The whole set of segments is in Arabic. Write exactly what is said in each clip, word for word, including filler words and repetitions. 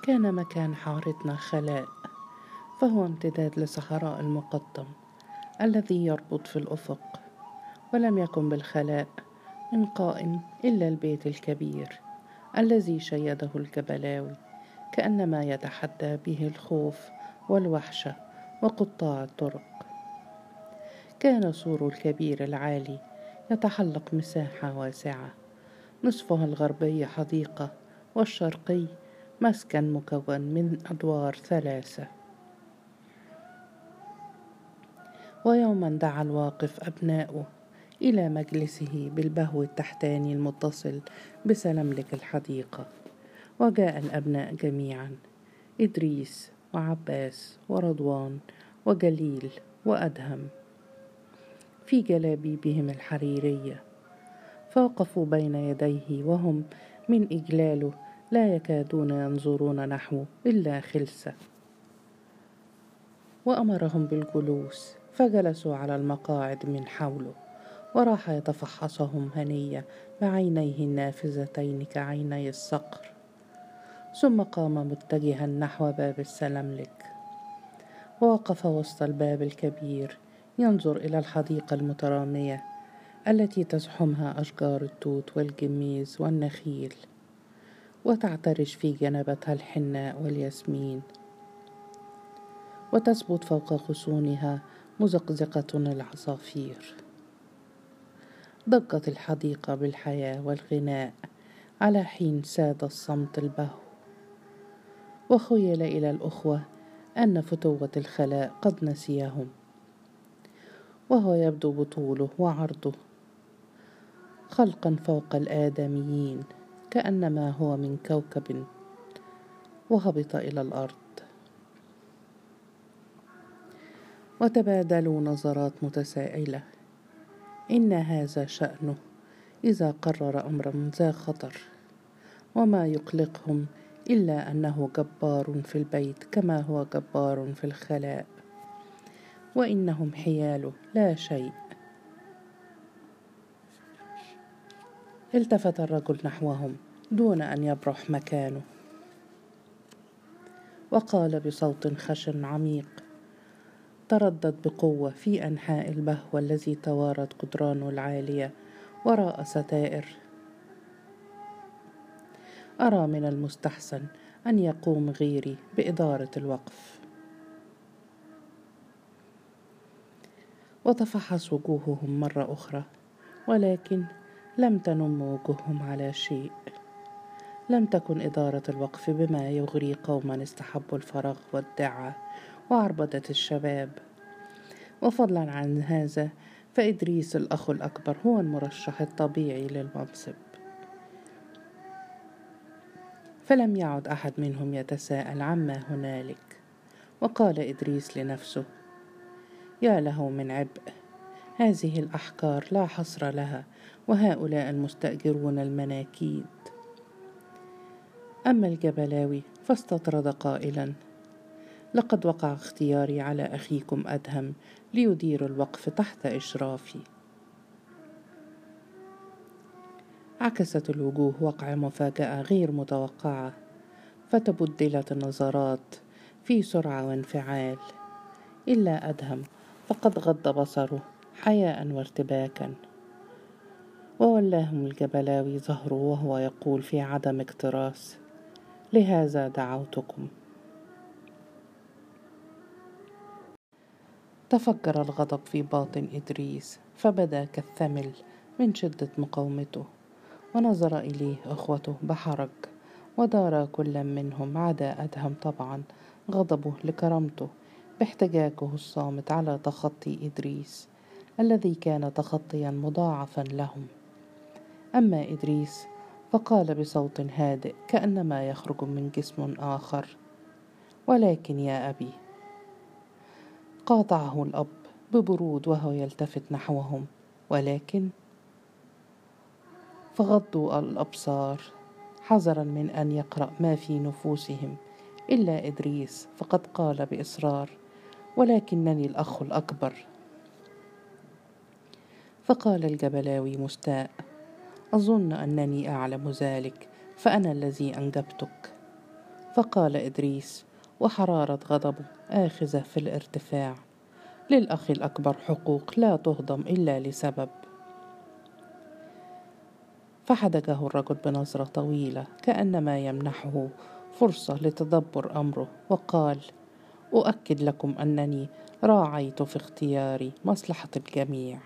كان مكان حارتنا خلاء، فهو امتداد لصحراء المقطم الذي يربط في الأفق، ولم يكن بالخلاء من قائم إلا البيت الكبير الذي شيده الجبلاوي، كأنما يتحدى به الخوف والوحشة وقطاع الطرق. كان سور الكبير العالي يتحلق مساحة واسعة، نصفها الغربي حديقة والشرقي مسكن مكون من أدوار ثلاثة. ويوما دعا الواقف أبناؤه إلى مجلسه بالبهو التحتاني المتصل بسلملك الحديقة، وجاء الأبناء جميعا، إدريس وعباس ورضوان وجليل وأدهم في جلابيبهم الحريرية، فوقفوا بين يديه وهم من إجلاله لا يكادون ينظرون نحوه إلا خلسة، وأمرهم بالجلوس، فجلسوا على المقاعد من حوله، وراح يتفحصهم هنية بعينيه النافذتين كعيني الصقر، ثم قام متجها نحو باب السلملك، ووقف وسط الباب الكبير ينظر إلى الحديقة المترامية التي تزحمها أشجار التوت والجميز والنخيل، وتعترج في جنبتها الحناء والياسمين، وتثبت فوق غصونها مزقزقة العصافير. ضجت الحديقة بالحياة والغناء، على حين ساد الصمت البهو، وخيل إلى الأخوة أن فتوة الخلاء قد نسيهم، وهو يبدو بطوله وعرضه خلقا فوق الآدميين، كأنما هو من كوكب وهبط إلى الأرض. وتبادلوا نظرات متسائلة، إن هذا شأنه إذا قرر أمرا ذا خطر، وما يقلقهم إلا أنه جبار في البيت كما هو جبار في الخلاء، وإنهم حياله لا شيء. التفت الرجل نحوهم دون أن يبرح مكانه، وقال بصوت خشن عميق تردد بقوة في أنحاء البهو الذي توارت جدرانه العالية وراء ستائر: أرى من المستحسن أن يقوم غيري بإدارة الوقف. وتفحص وجوههم مرة أخرى، ولكن لم تنم وجوههم على شيء. لم تكن إدارة الوقف بما يغري قوما استحبوا الفراغ والدعة وعربدة الشباب. وفضلا عن هذا، فإدريس الأخ الأكبر هو المرشح الطبيعي للمنصب، فلم يعد أحد منهم يتساءل عما هنالك. وقال إدريس لنفسه: يا له من عبء، هذه الأحكار لا حصر لها، وهؤلاء المستأجرون المناكيد. أما الجبلاوي فاستطرد قائلا: لقد وقع اختياري على أخيكم أدهم ليدير الوقف تحت إشرافي. عكست الوجوه وقع مفاجأة غير متوقعة، فتبدلت النظرات في سرعة وانفعال، إلا أدهم فقد غض بصره حياء وارتباكا، وولاهم الجبلاوي ظهره وهو يقول في عدم اكتراث: لهذا دعوتكم. تفجر الغضب في باطن إدريس، فبدا كالثمل من شدة مقاومته، ونظر إليه أخوته بحرج، ودار كل منهم عدا أدهم طبعا غضبه لكرامته باحتجاجه الصامت على تخطي إدريس الذي كان تخطيا مضاعفا لهم. أما إدريس فقال بصوت هادئ كأنما يخرج من جسم آخر: ولكن يا أبي. قاطعه الأب ببرود وهو يلتفت نحوهم: ولكن. فغضوا الأبصار حذرا من أن يقرأ ما في نفوسهم، إلا إدريس فقد قال بإصرار: ولكنني الأخ الأكبر. فقال الجبلاوي مستاء: أظن أنني أعلم ذلك، فأنا الذي أنجبتك. فقال إدريس وحرارة غضبه آخذة في الارتفاع: للأخ الأكبر حقوق لا تهضم إلا لسبب. فحدقه الرجل بنظرة طويلة كأنما يمنحه فرصة لتدبر أمره، وقال: أؤكد لكم أنني راعيت في اختياري مصلحة الجميع.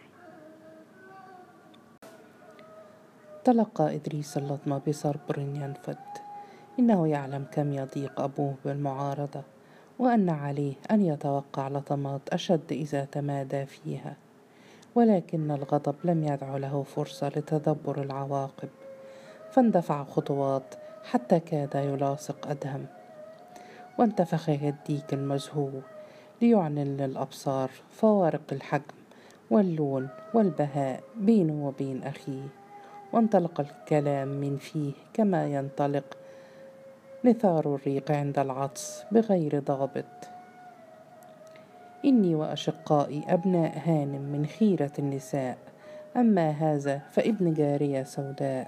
تلقى إدريس اللطمة بصبر ينفد. إنه يعلم كم يضيق أبوه بالمعارضة، وأن عليه أن يتوقع لطمات أشد إذا تمادى فيها، ولكن الغضب لم يدع له فرصة لتدبر العواقب، فاندفع خطوات حتى كاد يلاصق أدهم، وانتفخ كالديك المزهو ليعلن للأبصار فوارق الحجم واللون والبهاء بينه وبين أخيه. وانطلق الكلام من فيه كما ينطلق نثار الريق عند العطس بغير ضابط: إني وأشقائي أبناء هانم من خيرة النساء، أما هذا فابن جارية سوداء.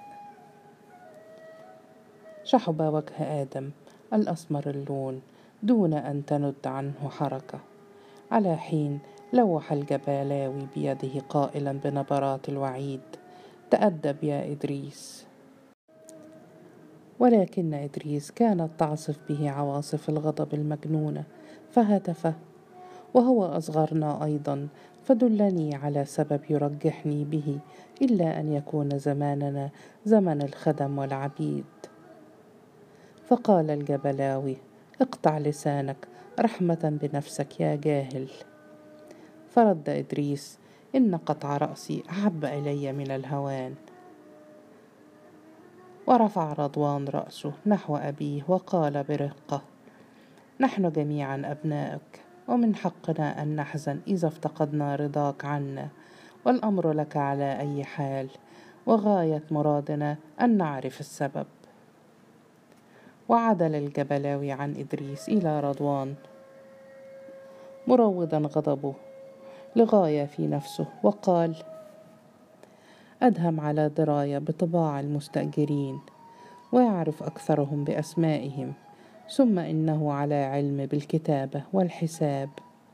شحب وجه آدم الأسمر اللون دون أن تند عنه حركة، على حين لوح الجبلاوي بيده قائلا بنبرات الوعيد: تأدب يا إدريس. ولكن إدريس كانت تعصف به عواصف الغضب المجنونة، فهتف: وهو أصغرنا أيضا، فدلني على سبب يرجحني به، إلا أن يكون زماننا زمن الخدم والعبيد. فقال الجبلاوي: اقطع لسانك رحمة بنفسك يا جاهل. فرد إدريس: إن قطع رأسي أحب إلي من الهوان. ورفع رضوان رأسه نحو أبيه وقال برقة: نحن جميعا أبنائك، ومن حقنا أن نحزن إذا افتقدنا رضاك عنا، والأمر لك على أي حال، وغاية مرادنا أن نعرف السبب. وعدل الجبلاوي عن إدريس إلى رضوان مروضا غضبه لغاية في نفسه، وقال: أدهم على دراية بطباع المستأجرين، ويعرف أكثرهم بأسمائهم، ثم إنه على علم بالكتابة والحساب.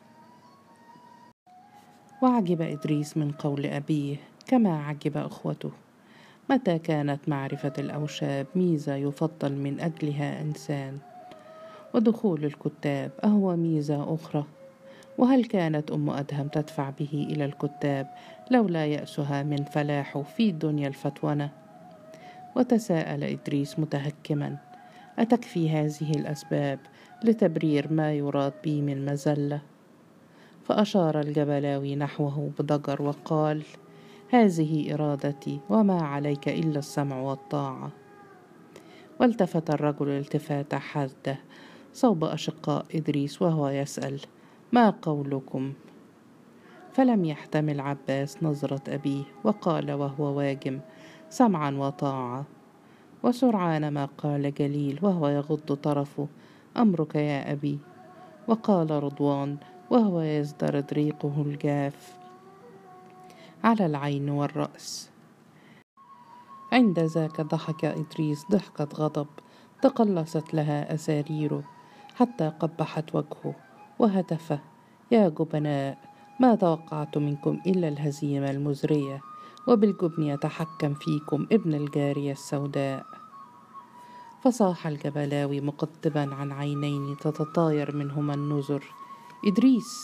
وعجب إدريس من قول أبيه كما عجب أخوته. متى كانت معرفة الأوشاب ميزة يفضل من أجلها إنسان، ودخول الكتاب أهو ميزة أخرى؟ وهل كانت أم أدهم تدفع به إلى الكتاب لولا يأسها من فلاحه في دنيا الفتونة؟ وتساءل إدريس متهكما: أتكفي هذه الأسباب لتبرير ما يراد بي من مزلة؟ فأشار الجبلاوي نحوه بضجر وقال: هذه إرادتي، وما عليك إلا السمع والطاعة. والتفت الرجل التفات حادة صوب أشقاء إدريس وهو يسأل: ما قولكم؟ فلم يحتمل عباس نظرة أبيه، وقال وهو واجم: سمعا وطاعة. وسرعان ما قال جليل وهو يغض طرفه: أمرك يا أبي. وقال رضوان وهو يزدرد ريقه الجاف: على العين والرأس. عند ذاك ضحك إدريس ضحكة غضب تقلصت لها أساريره حتى قبحت وجهه، وهتف: يا جبناء، ما توقعت منكم إلا الهزيمة المزرية، وبالجبن يتحكم فيكم ابن الجارية السوداء. فصاح الجبلاوي مقتبا عن عينين تتطاير منهما النزر: إدريس!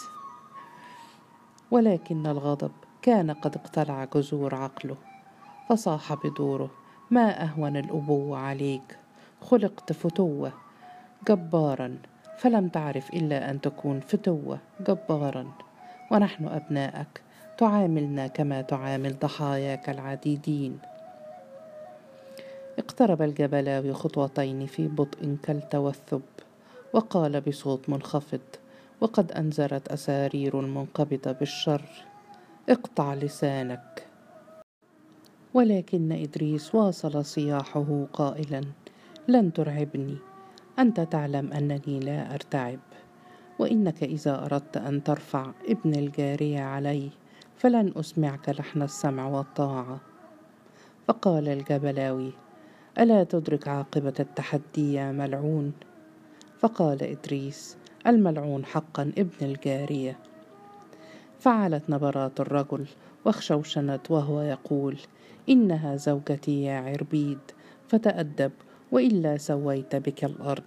ولكن الغضب كان قد اقتلع جذور عقله، فصاح بدوره: ما أهون الأبوة عليك، خلقت فتوة جبارا، فلم تعرف إلا أن تكون فتوة جبارا، ونحن أبناءك تعاملنا كما تعامل ضحاياك العديدين. اقترب الجبلاوي خطوتين في بطء كالتوثب، وقال بصوت منخفض وقد أنذرت أسارير المنقبضة بالشر: اقطع لسانك. ولكن إدريس واصل صياحه قائلا: لن ترعبني، أنت تعلم أنني لا أرتعب، وإنك إذا أردت أن ترفع ابن الجارية علي فلن أسمعك لحن السمع والطاعة. فقال الجبلاوي: ألا تدرك عاقبة التحدي يا ملعون؟ فقال إدريس: الملعون حقا ابن الجارية. فعلت نبرات الرجل واخشوشنت وهو يقول: إنها زوجتي يا عربيد، فتأدب وإلا سويت بك الأرض.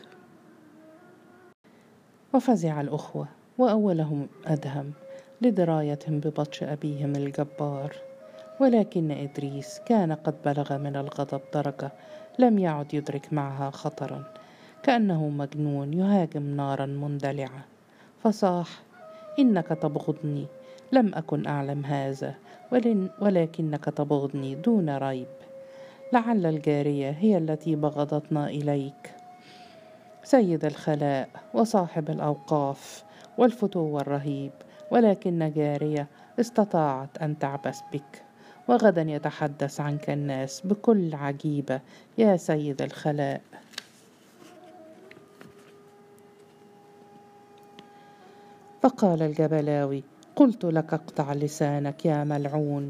وفزع الأخوة وأولهم أدهم لدرايتهم ببطش أبيهم الجبار، ولكن إدريس كان قد بلغ من الغضب درجة لم يعد يدرك معها خطرا، كأنه مجنون يهاجم نارا مندلعة، فصاح: إنك تبغضني، لم أكن أعلم هذا، ولكنك تبغضني دون ريب. لعل الجارية هي التي بغضتنا إليك، سيد الخلاء وصاحب الأوقاف والفتوى الرهيب، ولكن جارية استطاعت أن تعبث بك، وغدا يتحدث عنك الناس بكل عجيبة يا سيد الخلاء. فقال الجبلاوي: قلت لك اقطع لسانك يا ملعون.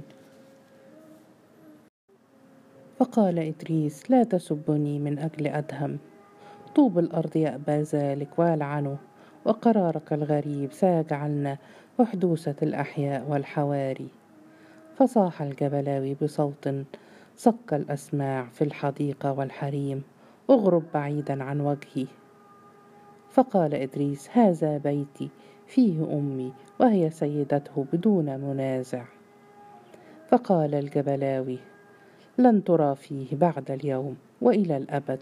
فقال إدريس: لا تسبني من أجل أدهم، طوب الأرض يأبى ذلك ويلعنه، وقرارك الغريب سيجعلنا أحدوثة الأحياء والحواري. فصاح الجبلاوي بصوت صك الأسماع في الحديقة والحريم: اغرب بعيدا عن وجهي. فقال إدريس: هذا بيتي فيه أمي وهي سيدته بدون منازع. فقال الجبلاوي: لن ترى فيه بعد اليوم وإلى الأبد.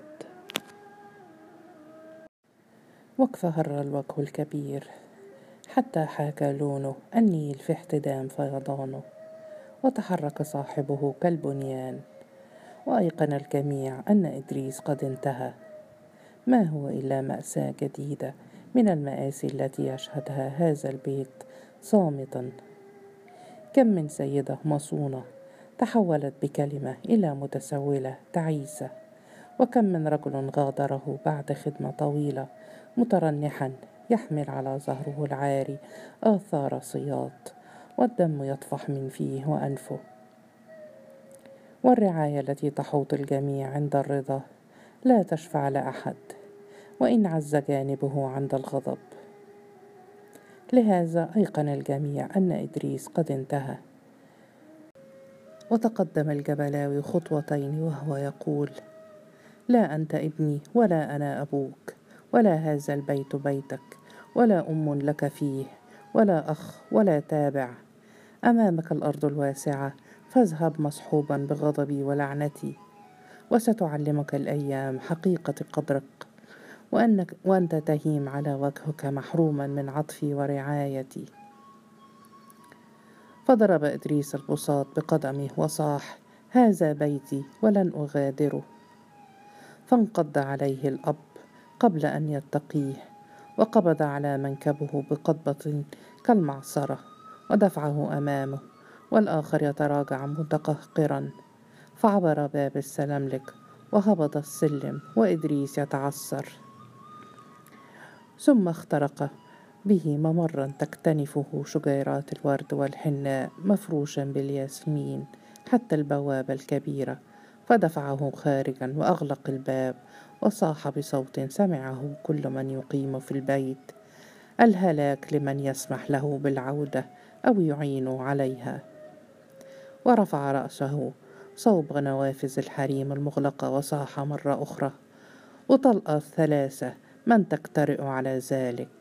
واكفهر الوجه الكبير حتى حاكى لونه النيل في احتدام فيضانه، وتحرك صاحبه كالبنيان، وأيقن الجميع أن إدريس قد انتهى. ما هو إلا مأساة جديدة من المآسي التي يشهدها هذا البيت صامتا. كم من سيدة مصونة تحولت بكلمة إلى متسولة تعيسة، وكم من رجل غادره بعد خدمة طويلة مترنحا يحمل على ظهره العاري آثار صياط، والدم يطفح من فيه وأنفه. والرعاية التي تحوط الجميع عند الرضا لا تشفع لأحد، وإن عز جانبه عند الغضب. لهذا أيقن الجميع أن إدريس قد انتهى. وتقدم الجبلاوي خطوتين وهو يقول: لا أنت ابني ولا أنا أبوك، ولا هذا البيت بيتك، ولا أم لك فيه، ولا أخ ولا تابع. أمامك الأرض الواسعة، فاذهب مصحوبا بغضبي ولعنتي، وستعلمك الأيام حقيقة قدرك، وأنك وأنت تهيم على وجهك محروما من عطفي ورعايتي. فضرب إدريس البساط بقدمه وصاح: هذا بيتي ولن أغادره. فانقض عليه الأب قبل أن يتقيه، وقبض على منكبه بقبضة كالمعصرة، ودفعه أمامه، والآخر يتراجع متقهقرا. فعبر باب السلملك وهبط السلم وإدريس يتعثر، ثم اخترق به ممرا تكتنفه شجيرات الورد والحناء مفروشا بالياسمين حتى البوابة الكبيرة، فدفعه خارجا وأغلق الباب، وصاح بصوت سمعه كل من يقيم في البيت: الهلاك لمن يسمح له بالعودة أو يعين عليها. ورفع رأسه صوب نوافذ الحريم المغلقة وصاح مرة أخرى: وطلقة ثلاثة من تجترئ على ذلك.